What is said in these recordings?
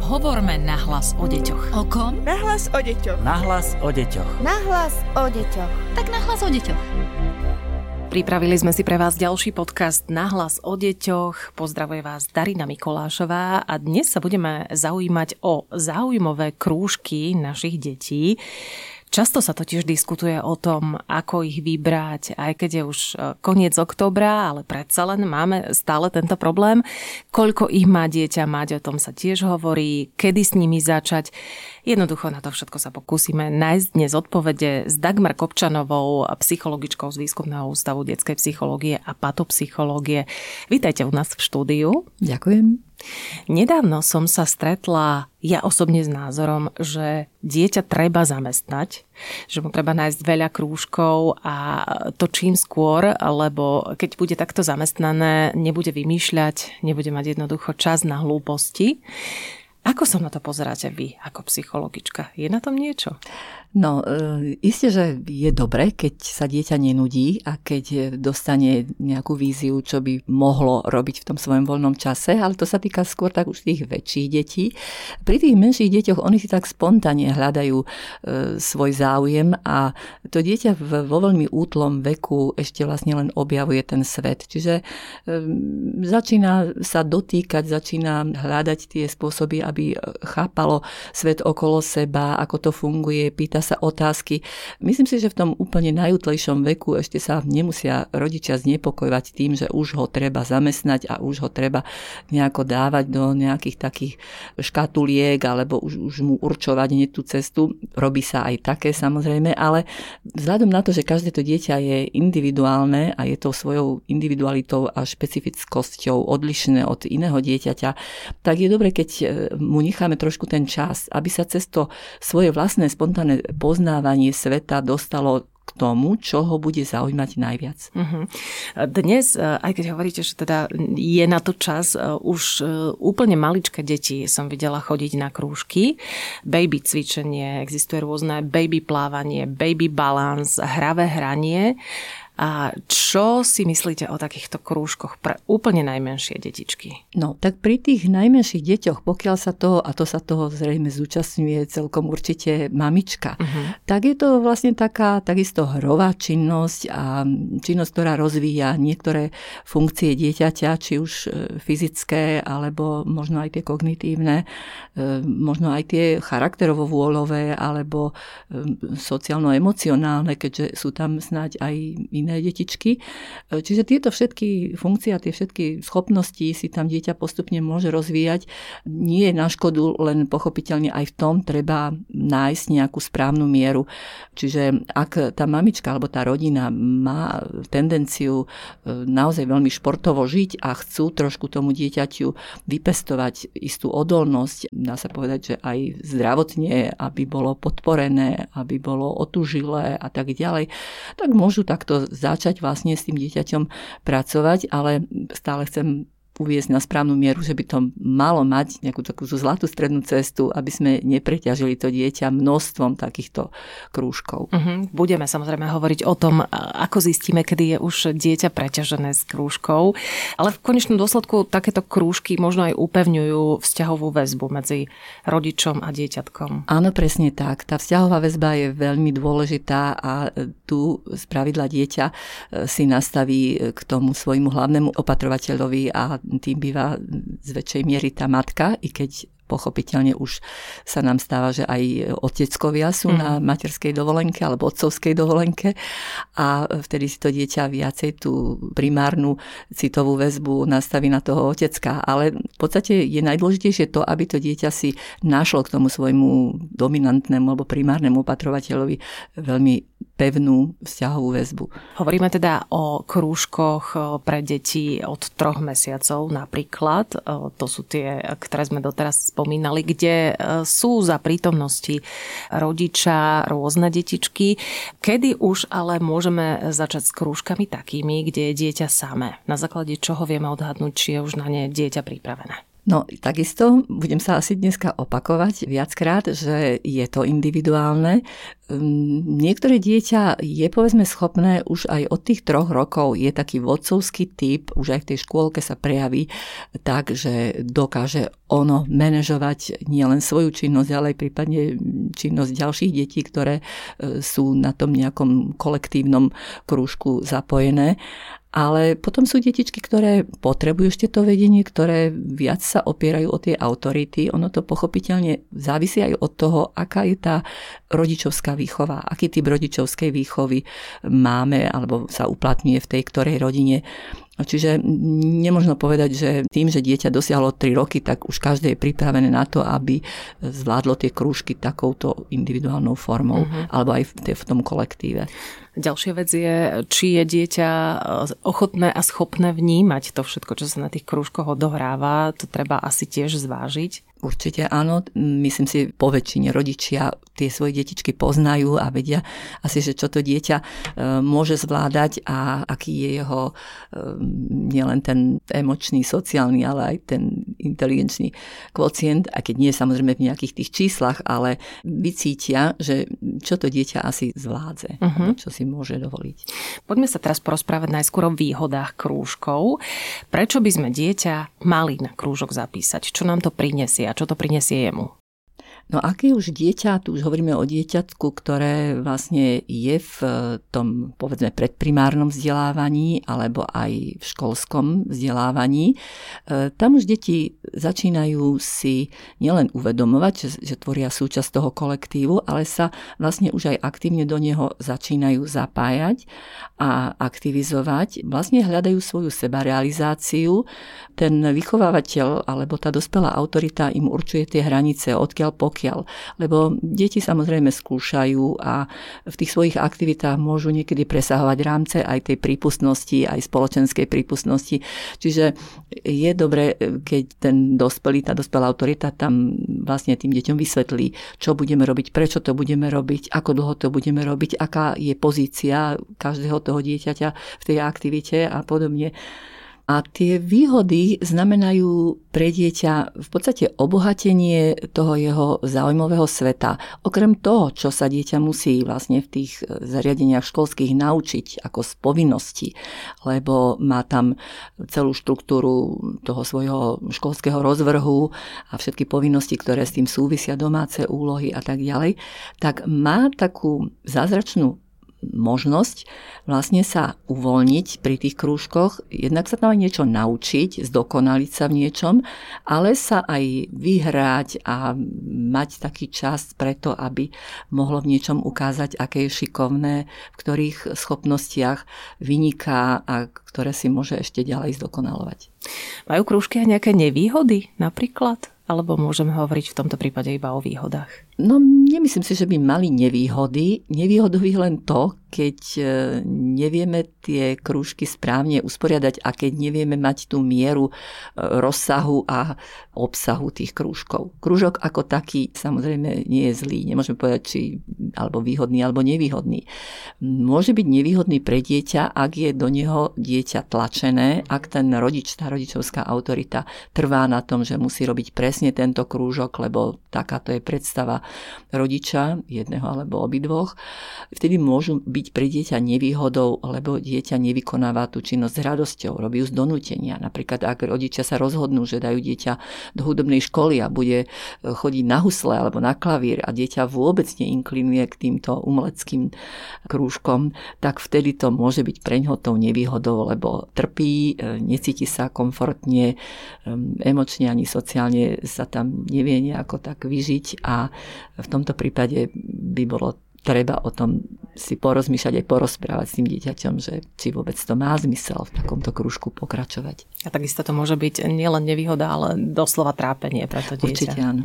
Hovorme nahlas o deťoch. O kom? Nahlas o deťoch. Nahlas o deťoch. Nahlas o deťoch. Tak nahlas o deťoch. Pripravili sme si pre vás ďalší podcast Nahlas o deťoch. Pozdravuje vás Darina Mikolášová a dnes sa budeme zaujímať o záujmové krúžky našich detí. Často sa totiž diskutuje o tom, ako ich vybrať, aj keď je už koniec októbra, ale predsa len máme stále tento problém. Koľko ich má dieťa mať, o tom sa tiež hovorí, kedy s nimi začať. Jednoducho na to všetko sa pokúsime nájsť dnes odpovede s Dagmar Kopčanovou, psychologičkou z Výskumného ústavu detskej psychológie a patopsychológie. Vítajte u nás v štúdiu. Ďakujem. Nedávno som sa stretla ja osobne s názorom, že dieťa treba zamestnať, že mu treba nájsť veľa krúžkov a to čím skôr, lebo keď bude takto zamestnané, nebude vymýšľať, nebude mať jednoducho čas na hlúposti. Ako sa na to pozeráte vy ako psychologička? Je na tom niečo? No, isté, že je dobre, keď sa dieťa nenudí a keď dostane nejakú víziu, čo by mohlo robiť v tom svojom voľnom čase, ale to sa týka skôr tak už tých väčších detí. Pri tých menších deťoch oni si tak spontánne hľadajú svoj záujem a to dieťa vo veľmi útlom veku ešte vlastne len objavuje ten svet. Čiže začína sa dotýkať, začína hľadať tie spôsoby, aby chápalo svet okolo seba, ako to funguje, pýta sa otázky. Myslím si, že v tom úplne najútlejšom veku ešte sa nemusia rodičia znepokojovať tým, že už ho treba zamestnať a už ho treba nejako dávať do nejakých takých škatuliek alebo už mu určovať hneď tú cestu. Robí sa aj také samozrejme, ale vzhľadom na to, že každé to dieťa je individuálne a je to svojou individualitou a špecifickosťou odlišné od iného dieťaťa, tak je dobre, keď mu necháme trošku ten čas, aby sa cez to svoje vlastné spontánne poznávanie sveta dostalo k tomu, čo ho bude zaujímať najviac. Dnes, aj keď hovoríte, že teda je na to čas, už úplne maličké deti som videla chodiť na krúžky. Baby cvičenie, existuje rôzne baby plávanie, baby balance, hravé hranie. A čo si myslíte o takýchto krúžkoch pre úplne najmenšie detičky? No, tak pri tých najmenších deťoch, pokiaľ sa toho, a to sa toho zrejme zúčastňuje celkom určite mamička, tak je to vlastne taká takisto hrová činnosť a činnosť, ktorá rozvíja niektoré funkcie dieťaťa, či už fyzické, alebo možno aj tie kognitívne, možno aj tie charakterovo-vôľové, alebo sociálno-emocionálne, keďže sú tam snáď aj iné detičky. Čiže tieto všetky funkcie a tie všetky schopnosti si tam dieťa postupne môže rozvíjať. Nie je na škodu, len pochopiteľne aj v tom treba nájsť nejakú správnu mieru. Čiže ak tá mamička alebo tá rodina má tendenciu naozaj veľmi športovo žiť a chcú trošku tomu dieťaťu vypestovať istú odolnosť, dá sa povedať, že aj zdravotne, aby bolo podporené, aby bolo otužilé a tak ďalej, tak môžu takto začať vlastne s tým dieťaťom pracovať, ale stále chcem uviesť na správnu mieru, že by to malo mať nejakú takú zlatú strednú cestu, aby sme nepreťažili to dieťa množstvom takýchto krúžkov. Budeme samozrejme hovoriť o tom, ako zistíme, kedy je už dieťa preťažené s krúžkou, ale v konečnom dôsledku takéto krúžky možno aj upevňujú vzťahovú väzbu medzi rodičom a dieťatkom. Áno, presne tak. Tá vzťahová väzba je veľmi dôležitá a tu spravidla dieťa si nastaví k tomu svojmu hlavnému opatrovateľovi a tým býva z väčšej miery tá matka, i keď pochopiteľne už sa nám stáva, že aj oteckovia sú na materskej dovolenke alebo otcovskej dovolenke a vtedy si to dieťa viacej tú primárnu citovú väzbu nastaví na toho otecka. Ale v podstate je najdôležitejšie to, aby to dieťa si našlo k tomu svojmu dominantnému alebo primárnemu opatrovateľovi veľmi pevnú vzťahovú väzbu. Hovoríme teda o krúžkoch pre deti od 3 mesiacov napríklad. To sú tie, ktoré sme doteraz spomínali, kde sú za prítomnosti rodiča rôzne detičky. Kedy už ale môžeme začať s krúžkami takými, kde je dieťa samé? Na základe čoho vieme odhadnúť, či je už na ne dieťa pripravené? No, takisto budem sa asi dneska opakovať viackrát, že je to individuálne. Niektoré dieťa je povedzme schopné už aj od tých 3 rokov, je taký vodcovský typ, už aj v tej škôlke sa prejaví tak, že dokáže ono manažovať nielen svoju činnosť, ale aj prípadne činnosť ďalších detí, ktoré sú na tom nejakom kolektívnom krúžku zapojené. Ale potom sú detičky, ktoré potrebujú ešte to vedenie, ktoré viac sa opierajú o tie autority. Ono to pochopiteľne závisí aj od toho, aká je tá rodičovská výchova, aký typ rodičovskej výchovy máme alebo sa uplatňuje v tej ktorej rodine. Čiže nemožno povedať, že tým, že dieťa dosiahlo 3 roky, tak už každé je pripravené na to, aby zvládlo tie krúžky takouto individuálnou formou, alebo aj v tom kolektíve. Ďalšia vec je, či je dieťa ochotné a schopné vnímať to všetko, čo sa na tých krúžkoch odohráva. To treba asi tiež zvážiť. Určite áno, myslím si, po väčšine rodičia tie svoje detičky poznajú a vedia asi, že čo to dieťa môže zvládať a aký je jeho nielen ten emočný, sociálny, ale aj ten inteligenčný kvocient, a keď nie samozrejme v nejakých tých číslach, ale vycítia, že čo to dieťa asi zvládze, čo si môže dovoliť. Poďme sa teraz porozprávať najskôr o výhodách krúžkov. Prečo by sme dieťa mali na krúžok zapísať? Čo nám to prinesie? A čo to prinesie jemu? No ak je už dieťa, tu už hovoríme o dieťatku, ktoré vlastne je v tom, povedzme, predprimárnom vzdelávaní alebo aj v školskom vzdelávaní, tam už deti začínajú si nielen uvedomovať, že tvoria súčasť toho kolektívu, ale sa vlastne už aj aktívne do neho začínajú zapájať a aktivizovať. Vlastne hľadajú svoju sebarealizáciu. Ten vychovávateľ alebo tá dospelá autorita im určuje tie hranice, odkiaľ pokiaľ. Lebo deti samozrejme skúšajú a v tých svojich aktivitách môžu niekedy presahovať rámce aj tej prípustnosti, aj spoločenskej prípustnosti. Čiže je dobré, keď ten dospelý, tá dospelá autorita tam vlastne tým deťom vysvetlí, čo budeme robiť, prečo to budeme robiť, ako dlho to budeme robiť, aká je pozícia každého toho dieťaťa v tej aktivite a podobne. A tie výhody znamenajú pre dieťa v podstate obohatenie toho jeho záujmového sveta. Okrem toho, čo sa dieťa musí vlastne v tých zariadeniach školských naučiť ako z povinnosti, lebo má tam celú štruktúru toho svojho školského rozvrhu a všetky povinnosti, ktoré s tým súvisia, domáce úlohy a tak ďalej, tak má takú zázračnú možnosť vlastne sa uvoľniť pri tých krúžkoch, jednak sa tam aj niečo naučiť, zdokonaliť sa v niečom, ale sa aj vyhrať a mať taký čas preto, aby mohlo v niečom ukázať, aké je šikovné, v ktorých schopnostiach vyniká a ktoré si môže ešte ďalej zdokonalovať. Majú krúžky aj nejaké nevýhody napríklad? Alebo môžeme hovoriť v tomto prípade iba o výhodách? No, nemyslím si, že by mali nevýhody. Nevýhodou je len to, keď nevieme tie krúžky správne usporiadať a keď nevieme mať tú mieru rozsahu a obsahu tých krúžkov. Krúžok ako taký samozrejme nie je zlý. Nemôžeme povedať, či alebo výhodný, alebo nevýhodný. Môže byť nevýhodný pre dieťa, ak je do neho dieťa tlačené, ak ten rodič, tá rodičovská autorita trvá na tom, že musí robiť presne tento krúžok, lebo takáto je predstava rodiča, jedného alebo obidvoch. Vtedy môžu byť pre dieťa nevýhodou, lebo dieťa nevykonáva tú činnosť s radosťou, robí ju z donútenia. Napríklad, ak rodičia sa rozhodnú, že dajú dieťa do hudobnej školy a bude chodiť na husle alebo na klavír a dieťa vôbec neinklinuje k týmto umeleckým krúžkom, tak vtedy to môže byť preňho tou nevýhodou, lebo trpí, necíti sa komfortne, emočne ani sociálne sa tam nevie nejako tak vyžiť a v tomto prípade by bolo treba o tom si porozmýšľať aj porozprávať s tým dieťaťom, že či vôbec to má zmysel v takomto krúžku pokračovať. A takisto to môže byť nielen nevýhoda, ale doslova trápenie pre to dieťa. Určite áno.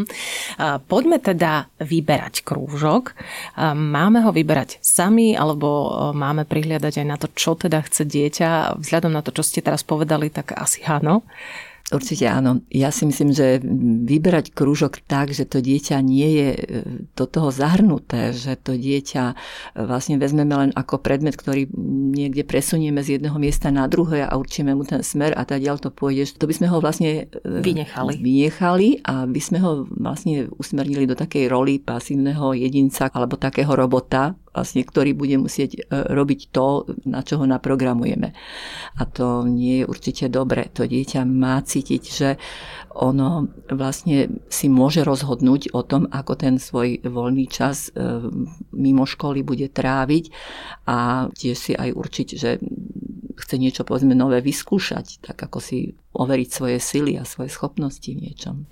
Poďme teda vyberať krúžok. Máme ho vyberať sami, alebo máme prihliadať aj na to, čo teda chce dieťa? Vzhľadom na to, čo ste teraz povedali, tak asi áno. Určite áno. Ja si myslím, že vyberať krúžok tak, že to dieťa nie je do toho zahrnuté, že to dieťa vlastne vezmeme len ako predmet, ktorý niekde presunieme z jedného miesta na druhé a určíme mu ten smer a ďalej to pôjdeš. To by sme ho vlastne vynechali a by sme ho vlastne usmernili do takej roli pasívneho jedinca alebo takého robota, vlastne, ktorý bude musieť robiť to, na čo ho naprogramujeme. A to nie je určite dobre. To dieťa má cítiť, že ono vlastne si môže rozhodnúť o tom, ako ten svoj voľný čas mimo školy bude tráviť a tiež si aj určiť, že chce niečo, povedzme, nové vyskúšať, tak ako si overiť svoje sily a svoje schopnosti v niečom.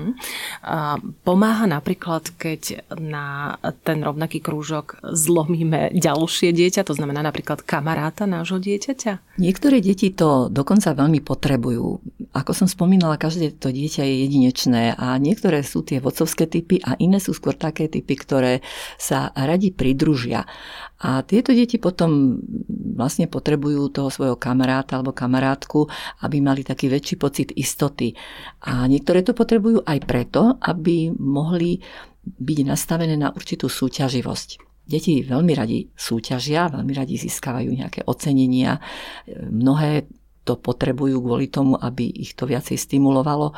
A pomáha napríklad, keď na ten rovnaký krúžok zlomíme ďalšie dieťa, to znamená napríklad kamaráta nášho dieťaťa? Niektoré deti to dokonca veľmi potrebujú. Ako som spomínala, každé to dieťa je jedinečné a niektoré sú tie vodcovské typy a iné sú skôr také typy, ktoré sa radi pridružia. A tieto deti potom vlastne potrebujú toho svojho kamaráta alebo kamarátku, aby mali taký väčší pocit istoty. A niektoré to potrebujú aj preto, aby mohli byť nastavené na určitú súťaživosť. Deti veľmi radi súťažia, veľmi radi získavajú nejaké ocenenia. Mnohé to potrebujú kvôli tomu, aby ich to viacej stimulovalo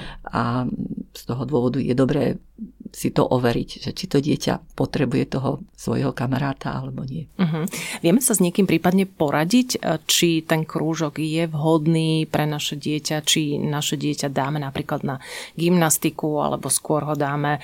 a z toho dôvodu je dobré si to overiť, že či to dieťa potrebuje toho svojho kamaráta alebo nie. Vieme sa s niekým prípadne poradiť, či ten krúžok je vhodný pre naše dieťa, či naše dieťa dáme napríklad na gymnastiku alebo skôr ho dajme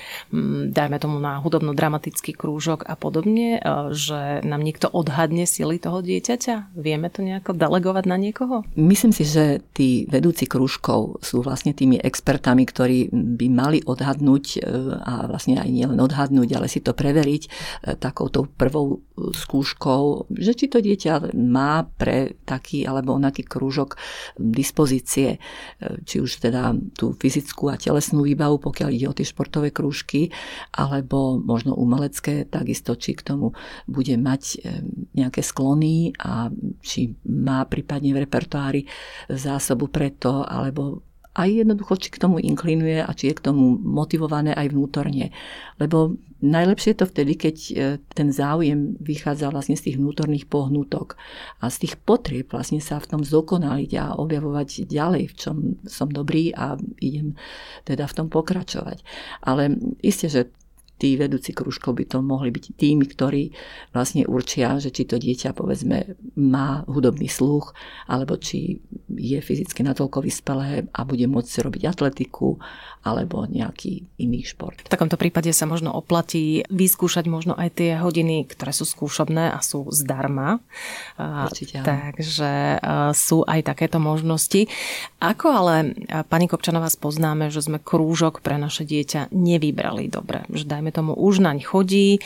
tomu na hudobno-dramatický krúžok a podobne, že nám niekto odhadne sily toho dieťaťa? Vieme to nejako delegovať na niekoho? Myslím si, že tí vedúci krúžkov sú vlastne tými expertami, ktorí by mali odhadnúť a vlastne aj nielen odhadnúť, ale si to preveriť takouto prvou skúškou, že či to dieťa má pre taký alebo onaký krúžok dispozície, či už teda tú fyzickú a telesnú výbavu, pokiaľ ide o tie športové krúžky, alebo možno umelecké, takisto či k tomu bude mať nejaké sklony a či má prípadne v repertoári zásobu pre to, alebo aj jednoducho, či k tomu inklinuje a či je k tomu motivované aj vnútorne. Lebo najlepšie je to vtedy, keď ten záujem vychádza vlastne z tých vnútorných pohnutok a z tých potrieb vlastne sa v tom zdokonaliť a objavovať ďalej, v čom som dobrý a idem teda v tom pokračovať. Ale isté, že tí vedúci krúžkov by to mohli byť tými, ktorí vlastne určia, že či to dieťa, povedzme, má hudobný sluch, alebo či je fyzicky natoľko vyspelé a bude môcť robiť atletiku, alebo nejaký iný šport. V takomto prípade sa možno oplatí vyskúšať možno aj tie hodiny, ktoré sú skúšobné a sú zdarma. Určite. Takže sú aj takéto možnosti. Ako ale, pani Kopčanová, spoznáme, že sme krúžok pre naše dieťa nevybrali dobre? Že dajme tomu už naň chodí,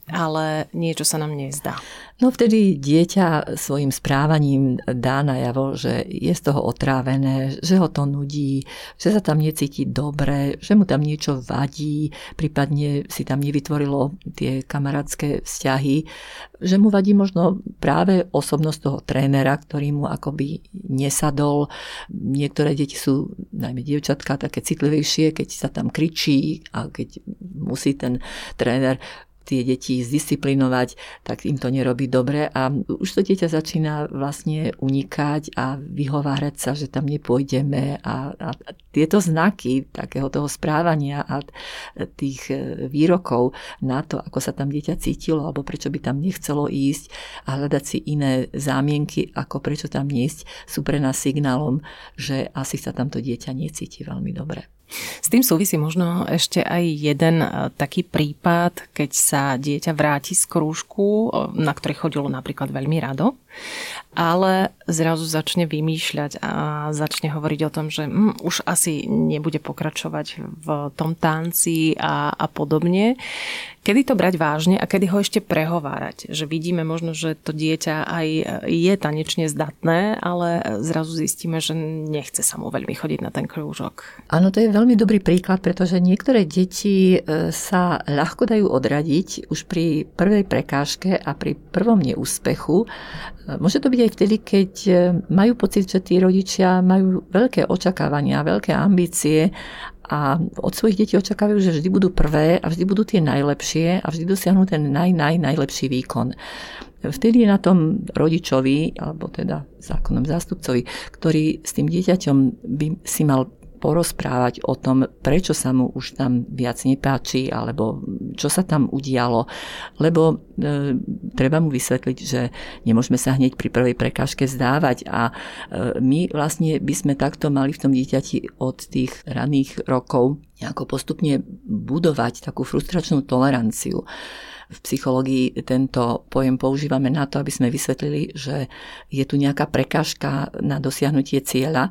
ale niečo sa nám nezdá. No vtedy dieťa svojim správaním dá najavo, že je z toho otrávené, že ho to nudí, že sa tam necíti dobre, že mu tam niečo vadí, prípadne si tam nevytvorilo tie kamarátske vzťahy, že mu vadí možno práve osobnosť toho trénera, ktorý mu akoby nesadol. Niektoré deti sú, najmä dievčatka, také citlivejšie, keď sa tam kričí a keď musí ten tréner tie deti zdisciplinovať, tak im to nerobí dobre a už to dieťa začína vlastne unikať a vyhovárať sa, že tam nepôjdeme a tieto znaky takého toho správania a tých výrokov na to, ako sa tam dieťa cítilo alebo prečo by tam nechcelo ísť a hľadať si iné zámienky, ako prečo tam ísť, sú pre nás signálom, že asi sa tamto dieťa necíti veľmi dobre. S tým súvisí možno ešte aj jeden taký prípad, keď sa dieťa vráti z krúžku, na ktorý chodilo napríklad veľmi rado, ale zrazu začne vymýšľať a začne hovoriť o tom, že už asi nebude pokračovať v tom tanci a podobne. Kedy to brať vážne a kedy ho ešte prehovárať? Že vidíme možno, že to dieťa aj je tanečne zdatné, ale zrazu zistíme, že nechce sa mu veľmi chodiť na ten krúžok. Áno, to je veľmi dobrý príklad, pretože niektoré deti sa ľahko dajú odradiť už pri prvej prekážke a pri prvom neúspechu. Môže to byť aj vtedy, keď majú pocit, že tí rodičia majú veľké očakávania, veľké ambície a od svojich detí očakávajú, že vždy budú prvé a vždy budú tie najlepšie a vždy dosiahnu ten najlepší výkon. Vtedy je na tom rodičovi, alebo teda zákonnom zástupcovi, ktorý s tým dieťaťom by si mal porozprávať o tom, prečo sa mu už tam viac nepáči, alebo čo sa tam udialo. Lebo treba mu vysvetliť, že nemôžeme sa hneď pri prvej prekážke zdávať a my vlastne by sme takto mali v tom dieťati od tých raných rokov nejako postupne budovať takú frustračnú toleranciu. V psychológii tento pojem používame na to, aby sme vysvetlili, že je tu nejaká prekážka na dosiahnutie cieľa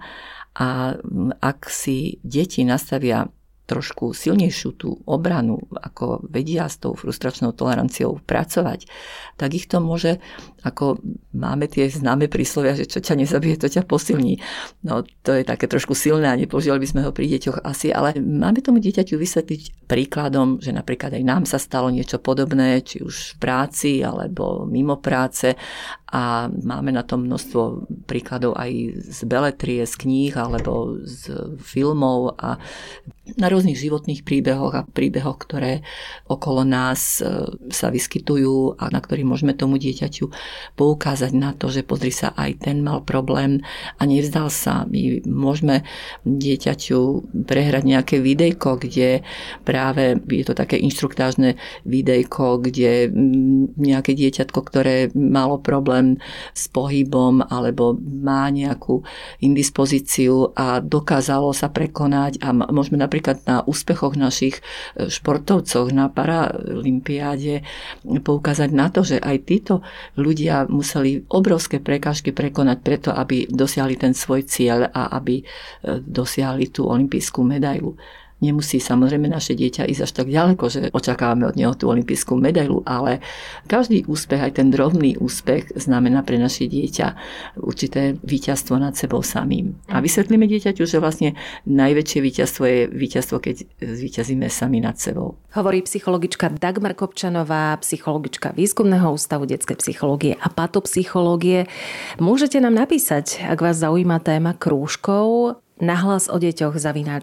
a ak si deti nastavia trošku silnejšiu tú obranu, ako vedia s tou frustračnou toleranciou pracovať, tak ich to môže, ako máme tie známe príslovia, že čo ťa nezabije, to ťa posilní. No to je také trošku silné a nepoužívali by sme ho pri deťoch asi, ale máme tomu dieťaťu vysvetliť príkladom, že napríklad aj nám sa stalo niečo podobné, či už v práci alebo mimo práce a máme na tom množstvo príkladov aj z beletrie, z kníh alebo z filmov a na rôznych životných príbehoch a príbehoch, ktoré okolo nás sa vyskytujú a na ktorých môžeme tomu dieťaťu poukázať na to, že pozri sa, aj ten mal problém a nevzdal sa. My môžeme dieťaťu prehrať nejaké videjko, kde práve je to také inštruktážne videjko, kde nejaké dieťatko, ktoré malo problém s pohybom alebo má nejakú indispozíciu a dokázalo sa prekonať a môžeme napríklad na úspechoch našich športovcov na Paralympiáde poukázať na to, že aj títo ľudia museli obrovské prekážky prekonať preto, aby dosiahli ten svoj cieľ a aby dosiahli tú olympijskú medailu. Nemusí samozrejme naše dieťa ísť až tak ďaleko, že očakávame od neho tú olympijskú medailu, ale každý úspech, aj ten drobný úspech, znamená pre naše dieťa určité víťazstvo nad sebou samým. A vysvetlíme dieťaťu, že vlastne najväčšie víťazstvo je víťazstvo, keď zvíťazíme sami nad sebou. Hovorí psychologička Dagmar Kopčanová, psychologička Výskumného ústavu detskej psychológie a patopsychológie. Môžete nám napísať, ak vás zaujíma téma krúžkov, nahlas o deťoch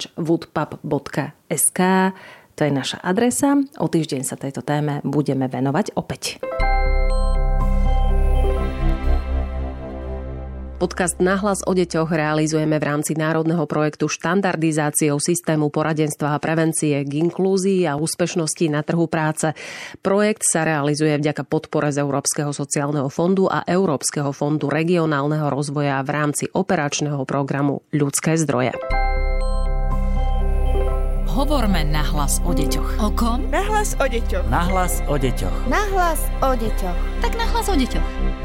@woodpub.sk. To je naša adresa. O týždeň sa tejto téme budeme venovať opäť. Podcast Nahlas o deťoch realizujeme v rámci národného projektu štandardizáciou systému poradenstva a prevencie k inklúzii a úspešnosti na trhu práce. Projekt sa realizuje vďaka podpore z Európskeho sociálneho fondu a Európskeho fondu regionálneho rozvoja v rámci operačného programu Ľudské zdroje. Hovorme nahlas o deťoch. O kom? Nahlas o deťoch. Nahlas o deťoch. Nahlas o deťoch. Tak nahlas o deťoch.